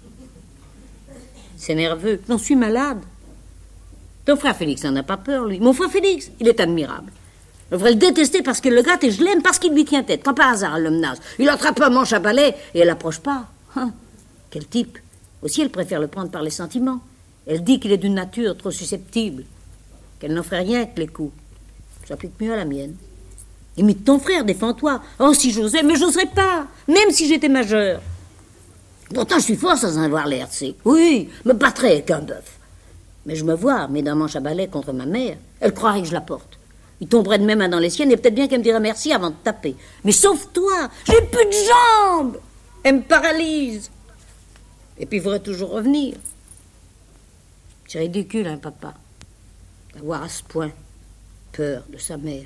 C'est nerveux, j'en suis malade. Ton frère Félix n'en a pas peur, lui. Mon frère Félix, il est admirable. Je devrais le détester parce qu'il le gratte et je l'aime parce qu'il lui tient tête. Quand par hasard elle le menace, il attrape un manche à balai et elle n'approche pas. Hein? Quel type. Aussi, elle préfère le prendre par les sentiments. Elle dit qu'il est d'une nature trop susceptible, qu'elle n'en ferait rien avec les coups. Ça s'applique mieux à la mienne. Imite ton frère, défends-toi. Oh, si j'osais, mais j'oserais pas, même si j'étais majeur. Pourtant, je suis fort sans en avoir l'air, tu sais. Oui, me battrais avec un bœuf. Mais je me vois, mais d'un manche à balai contre ma mère, elle croirait que je la porte. Il tomberait de mes mains dans les siennes et peut-être bien qu'elle me dirait merci avant de taper. Mais sauve-toi, j'ai plus de jambes. Elle me paralyse. Et puis il faudrait toujours revenir. C'est ridicule, hein, papa, d'avoir à ce point peur de sa mère.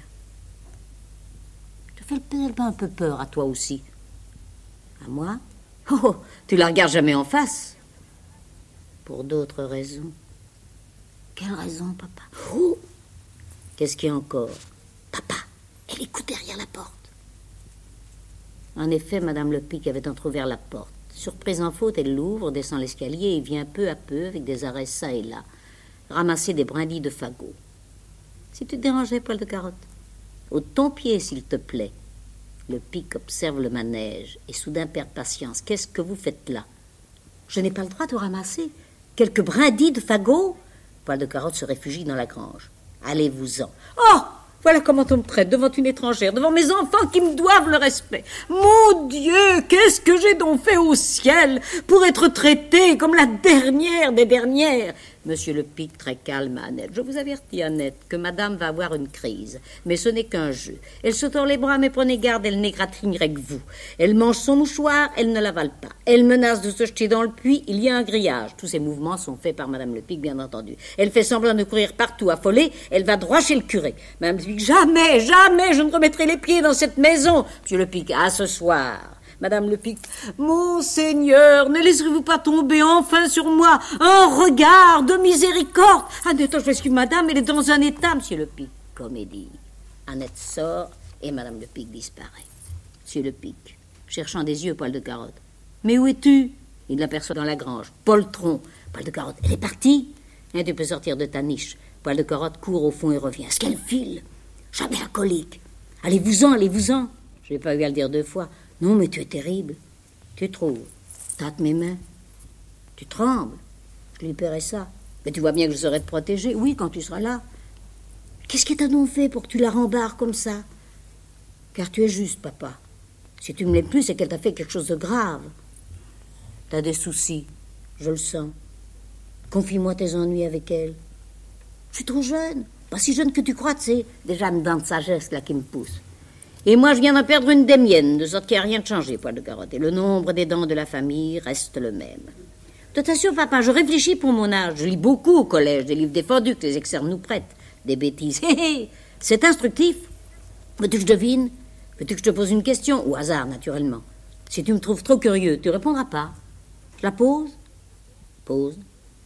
Tu fais peut-être un peu peur à toi aussi. À moi? Oh, tu la regardes jamais en face. Pour d'autres raisons. Quelle raison, papa? Oh! Qu'est-ce qu'il y a encore? Papa, elle écoute derrière la porte. En effet, Madame Le Pic avait entrouvert la porte. Surprise en faute, elle l'ouvre, descend l'escalier et vient peu à peu, avec des arrêts çà et là, ramasser des brindilles de fagot. Si tu te dérangeais, poil de carotte. Ôte ton pied, s'il te plaît. Le Pic observe le manège et soudain perd patience. Qu'est-ce que vous faites là? Je n'ai pas le droit de ramasser quelques brindilles de fagot? Poil de carotte se réfugie dans la grange. Allez-vous-en. Oh! Voilà comment on me traite devant une étrangère, devant mes enfants qui me doivent le respect. Mon Dieu, qu'est-ce que j'ai donc fait au ciel pour être traitée comme la dernière des dernières? Monsieur le Pic, très calme à Annette. Je vous avertis, Annette, que madame va avoir une crise. Mais ce n'est qu'un jeu. Elle se tord les bras, mais prenez garde, elle n'égratignerait que vous. Elle mange son mouchoir, elle ne l'avale pas. Elle menace de se jeter dans le puits, il y a un grillage. Tous ces mouvements sont faits par madame le Pic, bien entendu. Elle fait semblant de courir partout, affolée. Elle va droit chez le curé. Madame le Pic, jamais, jamais, je ne remettrai les pieds dans cette maison. Monsieur le Pic, à ce soir. Madame le Pic, Monseigneur, ne laisserez-vous pas tomber enfin sur moi un regard de miséricorde? Annette, je m'excuse, madame, elle est dans un état. Monsieur le Pic, comédie. Annette sort et madame le Pic disparaît. Monsieur le Pic, cherchant des yeux poil de carotte. Mais où es-tu? Il l'aperçoit dans la grange. Poltron, poil de carotte, elle est partie? Et tu peux sortir de ta niche. Poil de carotte court au fond et revient. Est-ce qu'elle file? Jamais la colique. Allez-vous-en, allez-vous-en. Je n'ai pas eu à le dire 2 fois. Non, mais tu es terrible. Tu trouves? Tâte mes mains. Tu trembles. Je lui paierai ça. Mais tu vois bien que je saurai te protéger. Oui, quand tu seras là. Qu'est-ce qu'elle t'a donc fait pour que tu la rembarres comme ça? Car tu es juste, papa. Si tu me l'aimes plus, c'est qu'elle t'a fait quelque chose de grave. T'as des soucis. Je le sens. Confie-moi tes ennuis avec elle. Je suis trop jeune. Pas si jeune que tu crois, tu sais. Déjà une dent de sagesse, là, qui me pousse. Et moi, je viens d'en perdre une des miennes, de sorte qu'il n'y a rien de changé, poil de carotte. Et le nombre des dents de la famille reste le même. Je t'assure, papa, je réfléchis pour mon âge. Je lis beaucoup au collège, des livres défendus que les externes nous prêtent. Des bêtises. C'est instructif. Veux-tu que je devine? Veux-tu que je te pose une question? Au hasard, naturellement. Si tu me trouves trop curieux, tu répondras pas. Je la pose? Pose.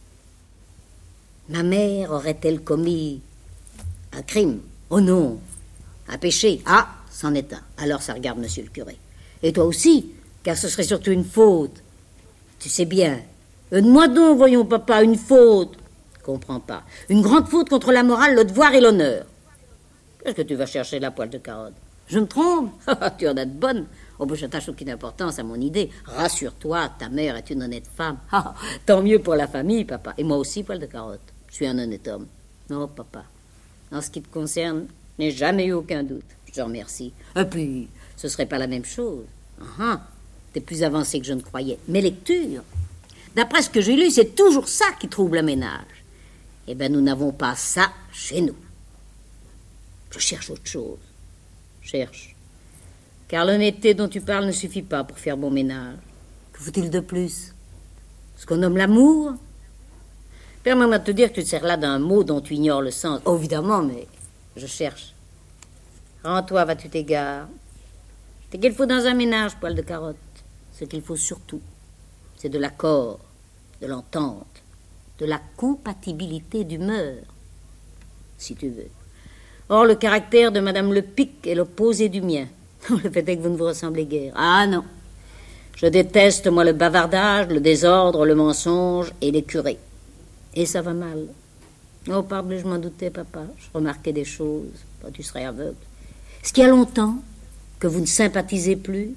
Ma mère aurait-elle commis un crime? Oh non. Un péché? Ah, c'en est un. Alors ça regarde monsieur le curé. Et toi aussi, car ce serait surtout une faute. Tu sais bien. Moi donc, voyons, papa, une faute. Comprends pas. Une grande faute contre la morale, le devoir et l'honneur. Qu'est-ce que tu vas chercher la poêle de carotte? Je me trompe? Tu en as de bonnes. Oh, ben, je n'attache aucune importance à mon idée. Rassure-toi, ta mère est une honnête femme. Tant mieux pour la famille, papa. Et moi aussi, poêle de carotte. Je suis un honnête homme. Non, papa. En ce qui te concerne, je n'ai jamais eu aucun doute. Je te remercie. Et puis, ce serait pas la même chose. T'es plus avancé que je ne croyais. Mes lectures, d'après ce que j'ai lu, c'est toujours ça qui trouble le ménage. Eh bien, nous n'avons pas ça chez nous. Je cherche autre chose. Cherche. Car l'honnêteté dont tu parles ne suffit pas pour faire bon ménage. Que faut-il de plus? Ce qu'on nomme l'amour? Permets-moi de te dire que tu te sers là d'un mot dont tu ignores le sens. Oh, évidemment, mais je cherche. Rends-toi, vas-tu t'égarer. C'est qu'il faut dans un ménage, poêle de carotte. Ce qu'il faut surtout, c'est de l'accord, de l'entente, de la compatibilité d'humeur, si tu veux. Or, le caractère de Madame Lepic est l'opposé du mien. Le fait est que vous ne vous ressemblez guère. Ah non. Je déteste, moi, le bavardage, le désordre, le mensonge et les curés. Et ça va mal. Oh, parbleu, je m'en doutais, papa. Je remarquais des choses. Oh, tu serais aveugle. Est-ce qu'il y a longtemps que vous ne sympathisez plus?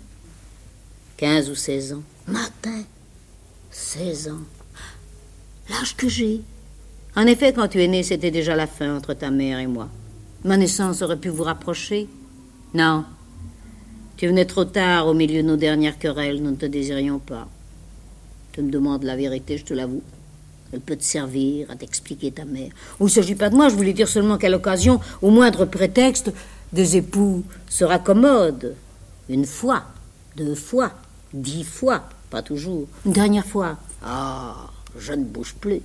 15 ou 16 ans. Martin, 16 ans. L'âge que j'ai. En effet, quand tu es né, c'était déjà la fin entre ta mère et moi. Ma naissance aurait pu vous rapprocher? Non. Tu venais trop tard au milieu de nos dernières querelles. Nous ne te désirions pas. Tu me demandes la vérité, je te l'avoue. Elle peut te servir à t'expliquer ta mère. Il ne s'agit pas de moi, je voulais dire seulement qu'à l'occasion, au moindre prétexte, des époux se raccommodent. Une fois, 2 fois, 10 fois, pas toujours. Une dernière fois. Ah, je ne bouge plus.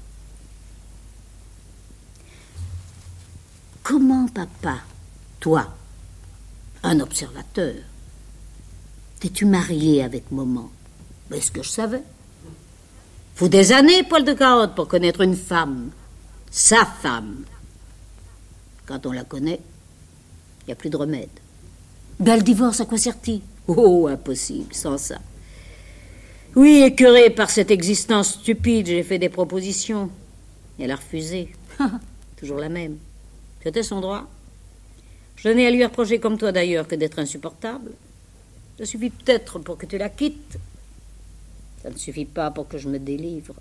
Comment, papa, toi, un observateur, t'es-tu marié avec maman? Est-ce que je savais? Faut des années, poêle de carotte, pour connaître une femme. Sa femme. Quand on la connaît, il n'y a plus de remède. Ben, le divorce, à quoi sert-il? Oh, impossible, sans ça. Oui, écœurée par cette existence stupide, j'ai fait des propositions. Elle a refusé. Toujours la même. C'était son droit. Je n'ai à lui reprocher, comme toi d'ailleurs, que d'être insupportable. Ça suffit peut-être pour que tu la quittes. Ça ne suffit pas pour que je me délivre.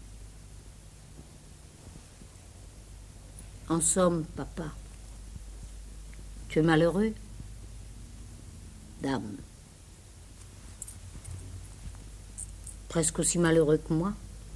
En somme, papa, tu es malheureux? Dame. Presque aussi malheureux que moi.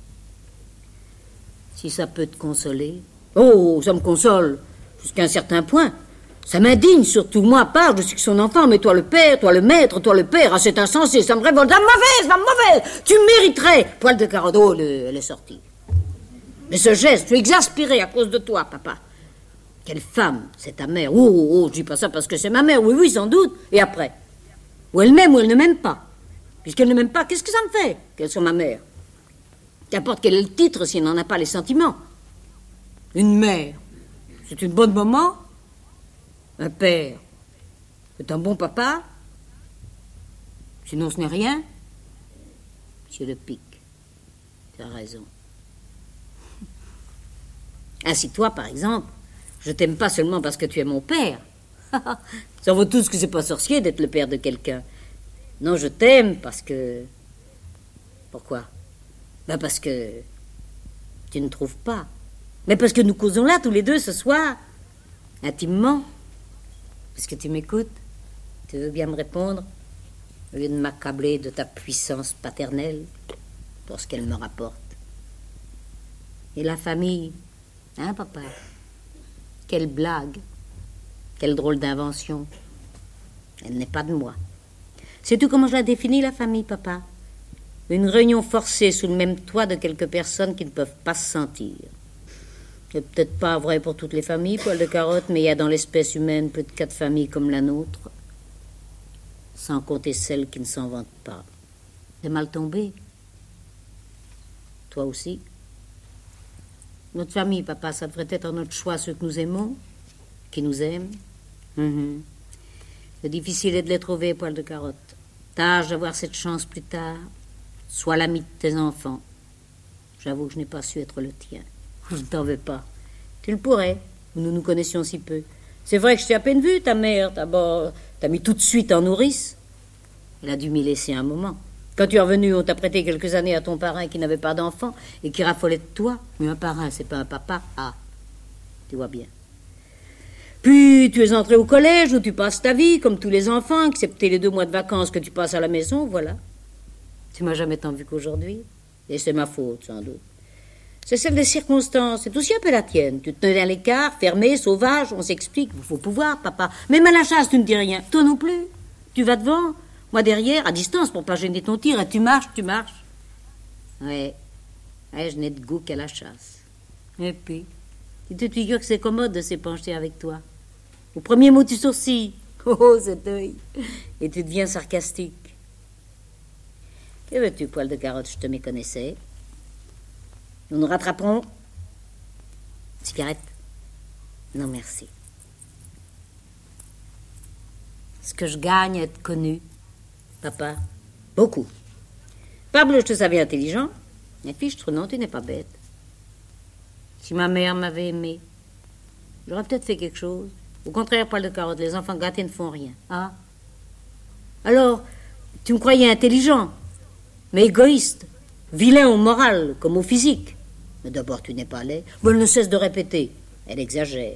Si ça peut te consoler. Oh, ça me console, jusqu'à un certain point. Ça m'indigne, surtout moi à part, je suis que son enfant, mais toi le père, toi le maître, toi le père, c'est insensé, ça me révolte. La mauvaise, tu mériterais. Poêle de carotte, oh, elle est sortie. Mais ce geste, je suis exaspéré à cause de toi, papa. Quelle femme, c'est ta mère. Oh, je dis pas ça parce que c'est ma mère, oui, sans doute. Et après? Ou elle m'aime ou elle ne m'aime pas. Puisqu'elle ne m'aime pas, qu'est-ce que ça me fait qu'elle soit ma mère? Qu'importe quel est le titre s'il n'en a pas les sentiments. Une mère, c'est une bonne maman. Un père, c'est un bon papa. Sinon, ce n'est rien. Monsieur Lepic, tu as raison. Ainsi, toi, par exemple, je t'aime pas seulement parce que tu es mon père. Ça vaut tout ce que c'est pas sorcier d'être le père de quelqu'un. Non, je t'aime parce que... Pourquoi? Ben parce que... Tu ne trouves pas. Mais parce que nous causons là, tous les deux, ce soir. Intimement. Est-ce que tu m'écoutes? Tu veux bien me répondre? Au lieu de m'accabler de ta puissance paternelle pour ce qu'elle me rapporte. Et la famille, hein, papa? Quelle blague. Quelle drôle d'invention. Elle n'est pas de moi. Sais-tu comment je la définis, la famille, papa? Une réunion forcée sous le même toit de quelques personnes qui ne peuvent pas se sentir. C'est peut-être pas vrai pour toutes les familles, poêle de carotte, mais il y a dans l'espèce humaine plus de 4 familles comme la nôtre, sans compter celles qui ne s'en vantent pas. T'es mal tombé. Toi aussi. Notre famille, papa, ça devrait être notre choix, ceux que nous aimons, qui nous aiment. Le difficile est de les trouver, poil de carotte. Tâche d'avoir cette chance plus tard. Sois l'ami de tes enfants. J'avoue que je n'ai pas su être le tien. Je ne t'en veux pas. Tu le pourrais. Nous nous connaissions si peu. C'est vrai que je t'ai à peine vu, ta mère. D'abord, t'as mis tout de suite en nourrice. Elle a dû m'y laisser un moment. Quand tu es revenu, on t'a prêté quelques années à ton parrain qui n'avait pas d'enfant et qui raffolait de toi. Mais un parrain, c'est pas un papa. Ah, tu vois bien. Puis tu es entré au collège où tu passes ta vie, comme tous les enfants, excepté les 2 mois de vacances que tu passes à la maison, voilà. Tu m'as jamais tant vu qu'aujourd'hui. Et c'est ma faute, sans doute. C'est celle des circonstances. C'est aussi un peu la tienne. Tu te tenais à l'écart, fermé, sauvage, on s'explique. Il faut pouvoir, papa. Même à la chasse, tu ne dis rien. Toi non plus. Tu vas devant, moi derrière, à distance, pour pas gêner ton tir, et tu marches. Ouais, je n'ai de goût qu'à la chasse. Et puis, tu te figures que c'est commode de s'épancher avec toi. Au premier mot, tu sourcilles. Oh, cet œil. Et tu deviens sarcastique. Que veux-tu, poil de carotte, je te méconnaissais. Nous nous rattraperons. Cigarette? Non, merci. Ce que je gagne à être connu, papa, beaucoup. Parbleu, je te savais intelligent. Mais fichtre, non, tu n'es pas bête. Si ma mère m'avait aimé, j'aurais peut-être fait quelque chose. Au contraire, poil de carotte, les enfants gâtés ne font rien. Ah? Alors, tu me croyais intelligent, mais égoïste, vilain au moral, comme au physique. Mais d'abord, tu n'es pas laid. Mais elle ne cesse de répéter. Elle exagère.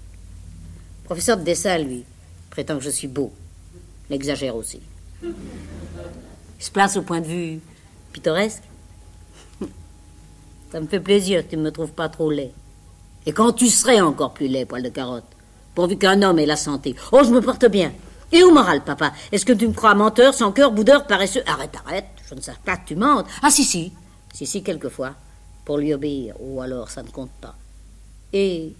Le professeur de dessin, lui, prétend que je suis beau. Il exagère aussi. Il se place au point de vue pittoresque. Ça me fait plaisir que tu ne me trouves pas trop laid. Et quand tu serais encore plus laid, poil de carotte, pourvu qu'un homme ait la santé. Oh, je me porte bien. Et au moral, papa, est-ce que tu me crois menteur, sans cœur, boudeur, paresseux? Arrête, je ne sais pas que tu mentes. Ah, si, quelquefois, pour lui obéir. Ou alors, ça ne compte pas. Et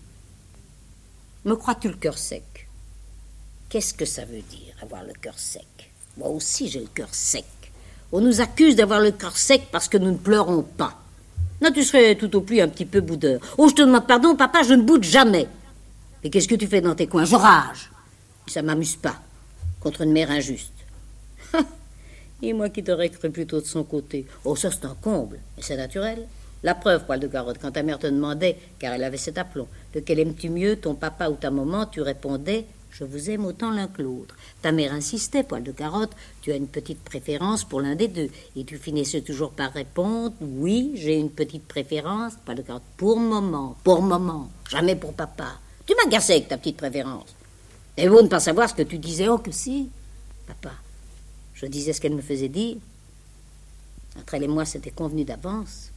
me crois-tu le cœur sec? Qu'est-ce que ça veut dire, avoir le cœur sec? Moi aussi, j'ai le cœur sec. On nous accuse d'avoir le cœur sec parce que nous ne pleurons pas. Non, tu serais tout au plus un petit peu boudeur. Oh, je te demande pardon, papa, je ne boude jamais. Mais qu'est-ce que tu fais dans tes coins? Je rage. Ça m'amuse pas. Contre une mère injuste. Et moi qui t'aurais cru plutôt de son côté. Oh, ça c'est un comble. Et c'est naturel. La preuve, poil de carotte, quand ta mère te demandait, car elle avait cet aplomb, lequel aimes-tu mieux, ton papa ou ta maman, tu répondais, je vous aime autant l'un que l'autre. Ta mère insistait, poil de carotte, tu as une petite préférence pour l'un des deux. Et tu finissais toujours par répondre, oui, j'ai une petite préférence, poil de carotte, pour maman, jamais pour papa. Tu m'agaçais avec ta petite préférence. Et beau ne pas savoir ce que tu disais. Oh, que si, papa. Je disais ce qu'elle me faisait dire. Entre elle et moi, c'était convenu d'avance.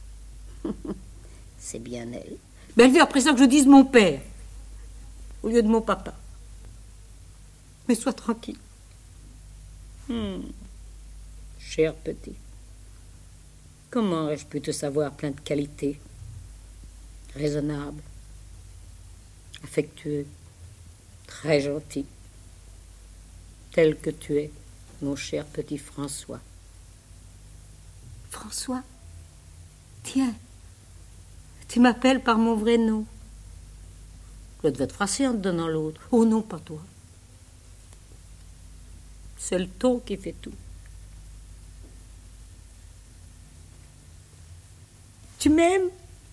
C'est bien elle. Mais elle veut après ça que je dise mon père, au lieu de mon papa. Mais sois tranquille. Cher petit, comment aurais-je pu te savoir plein de qualités? Raisonnable, affectueux, très gentil, tel que tu es, mon cher petit François. François? Tiens, tu m'appelles par mon vrai nom. Je devais te froisser en te donnant l'autre. Oh non, pas toi. C'est le ton qui fait tout. Tu m'aimes?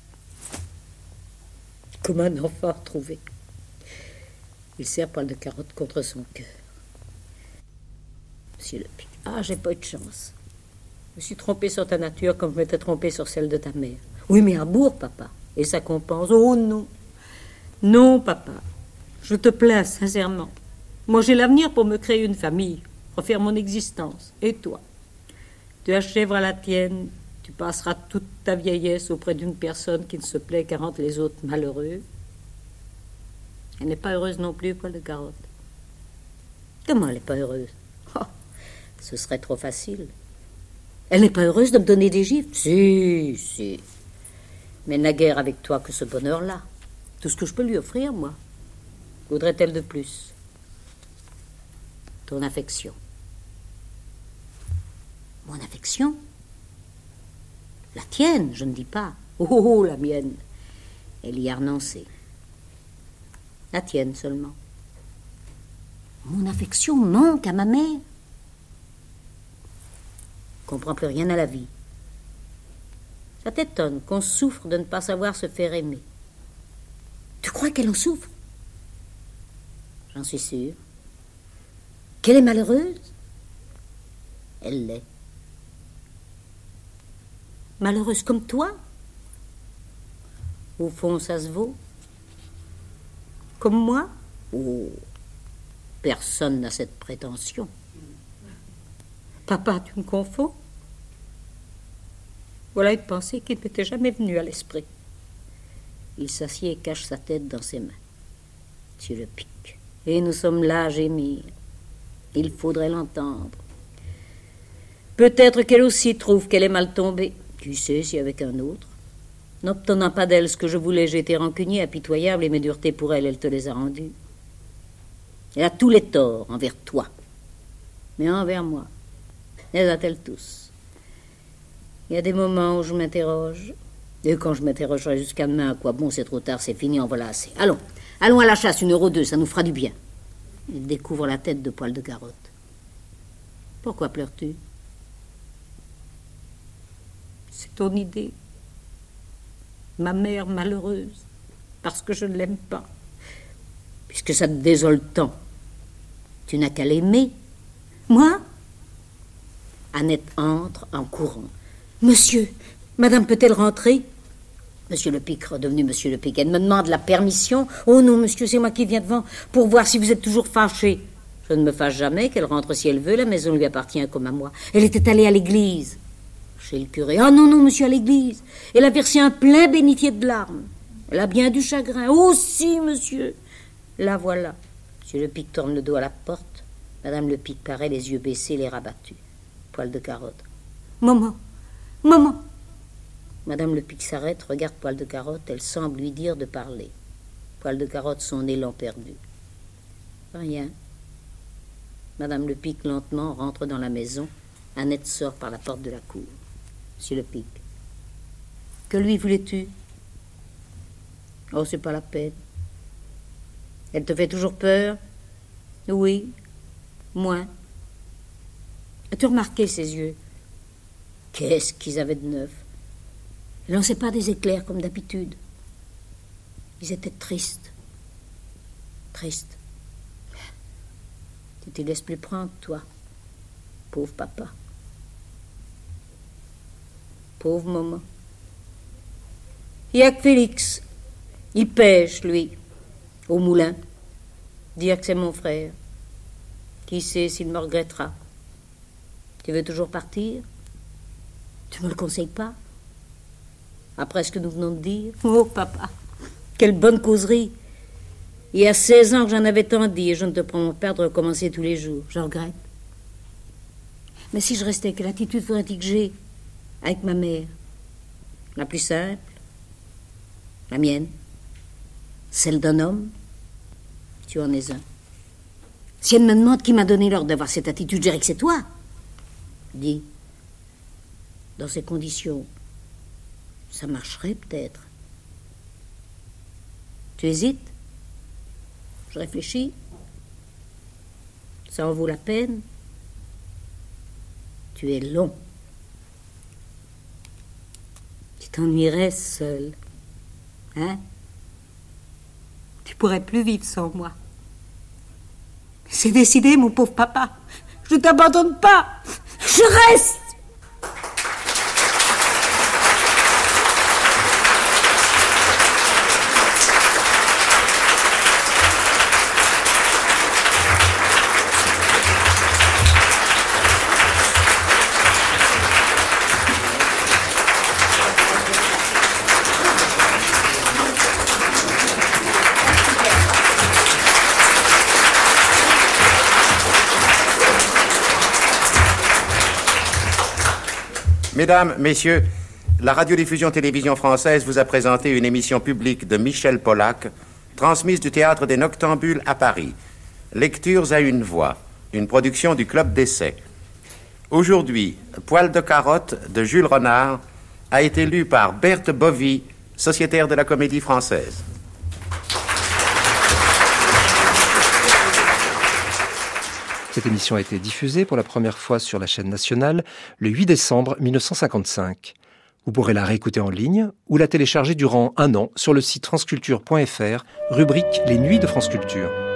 Comme un enfant retrouvé. Il serre poil de carotte contre son cœur. Monsieur le pic. Ah, j'ai pas eu de chance. Je me suis trompé sur ta nature comme je m'étais trompé sur celle de ta mère. Oui, mais à bourg, papa. Et ça compense. Oh non. Non, papa. Je te plains sincèrement. Moi, j'ai l'avenir pour me créer une famille, refaire mon existence. Et toi? Tu achèveras la tienne. Tu passeras toute ta vieillesse auprès d'une personne qui ne se plaît qu'à rendre les autres malheureux. Elle n'est pas heureuse non plus, poil de carotte. Comment elle n'est pas heureuse? Oh, ce serait trop facile. Elle n'est pas heureuse de me donner des gifles? Si. Mais elle n'a guère avec toi que ce bonheur-là. Tout ce que je peux lui offrir, moi. Voudrait-elle de plus? Ton affection. Mon affection? La tienne, je ne dis pas. Oh, la mienne. Elle y a renoncé. La tienne seulement. Mon affection manque à ma mère. Je comprends plus rien à la vie. Ça t'étonne qu'on souffre de ne pas savoir se faire aimer. Tu crois qu'elle en souffre? J'en suis sûre. Qu'elle est malheureuse? Elle l'est. Malheureuse comme toi? Au fond, ça se vaut. Comme moi? Oh, personne n'a cette prétention. Papa, tu me confonds? Voilà une pensée qui ne m'était jamais venue à l'esprit. Il s'assied et cache sa tête dans ses mains. Tu le piques. Et nous sommes là à gémir. Il faudrait l'entendre. Peut-être qu'elle aussi trouve qu'elle est mal tombée. Qui sait si avec un autre? N'obtenant pas d'elle ce que je voulais, j'ai été rancunier, impitoyable, et mes duretés pour elle, elle te les a rendues. Elle a tous les torts envers toi. Mais envers moi, les a-t-elle tous? Il y a des moments où je m'interroge. Et quand je m'interrogerai jusqu'à demain, à quoi bon, c'est trop tard, c'est fini, en voilà assez. Allons à la chasse, 1,2 €, ça nous fera du bien. Il découvre la tête de Poil de Carotte. Pourquoi pleures-tu? C'est ton idée. Ma mère malheureuse, parce que je ne l'aime pas. Puisque ça te désole tant, tu n'as qu'à l'aimer. Moi? Annette entre en courant. Monsieur, madame peut-elle rentrer? Monsieur le Pic, redevenu monsieur le Pic, elle me demande la permission. Oh non, monsieur, c'est moi qui viens devant pour voir si vous êtes toujours fâché. Je ne me fâche jamais, qu'elle rentre si elle veut, la maison lui appartient comme à moi. Elle était allée à l'église. Chez le curé. Ah non, non, monsieur, à l'église. Elle a versé un plein bénitier de larmes. Elle a bien du chagrin. Oh si, monsieur. La voilà. Monsieur le Pic tourne le dos à la porte. Madame le Pic paraît, les yeux baissés, les rabattus. Poil de Carotte. Maman, maman. Madame le Pic s'arrête, regarde Poil de Carotte. Elle semble lui dire de parler. Poil de Carotte, son élan perdu. Rien. Madame le Pic, lentement, rentre dans la maison. Annette sort par la porte de la cour. Monsieur le Pic. Que lui voulais-tu? Oh, c'est pas la peine. Elle te fait toujours peur? Oui. Moins. As-tu remarqué ses yeux? Qu'est-ce qu'ils avaient de neuf? Ils lançaient pas des éclairs comme d'habitude. Ils étaient tristes. Tristes. Tu t'y laisses plus prendre, toi. Pauvre papa. Pauvre maman. Il n'y a que Félix. Il pêche, lui, au moulin. Dire que c'est mon frère. Qui sait s'il me regrettera? Tu veux toujours partir? Tu me le conseilles pas? Après ce que nous venons de dire? Oh, papa, quelle bonne causerie. Il y a 16 ans que j'en avais tant dit et je ne te prends pas de recommencer tous les jours. Je regrette. Mais si je restais, quelle attitude faudrait-il que j'ai avec ma mère? La plus simple? La mienne? Celle d'un homme? Tu en es un. Si elle me demande qui m'a donné l'ordre d'avoir cette attitude, je dirais que c'est toi. Dis, dans ces conditions, ça marcherait peut-être. Tu hésites? Je réfléchis. Ça en vaut la peine? Tu es long. Tu t'ennuierais seul. Hein? Tu pourrais plus vivre sans moi. C'est décidé, mon pauvre papa. Je ne t'abandonne pas. Je reste. Mesdames, Messieurs, la radiodiffusion-télévision française vous a présenté une émission publique de Michel Polac, transmise du Théâtre des Noctambules à Paris. Lectures à une voix, une production du Club d'Essai. Aujourd'hui, Poil de Carotte de Jules Renard a été lu par Berthe Bovy, sociétaire de la Comédie Française. Cette émission a été diffusée pour la première fois sur la chaîne nationale le 8 décembre 1955. Vous pourrez la réécouter en ligne ou la télécharger durant 1 an sur le site franceculture.fr, rubrique Les Nuits de France Culture.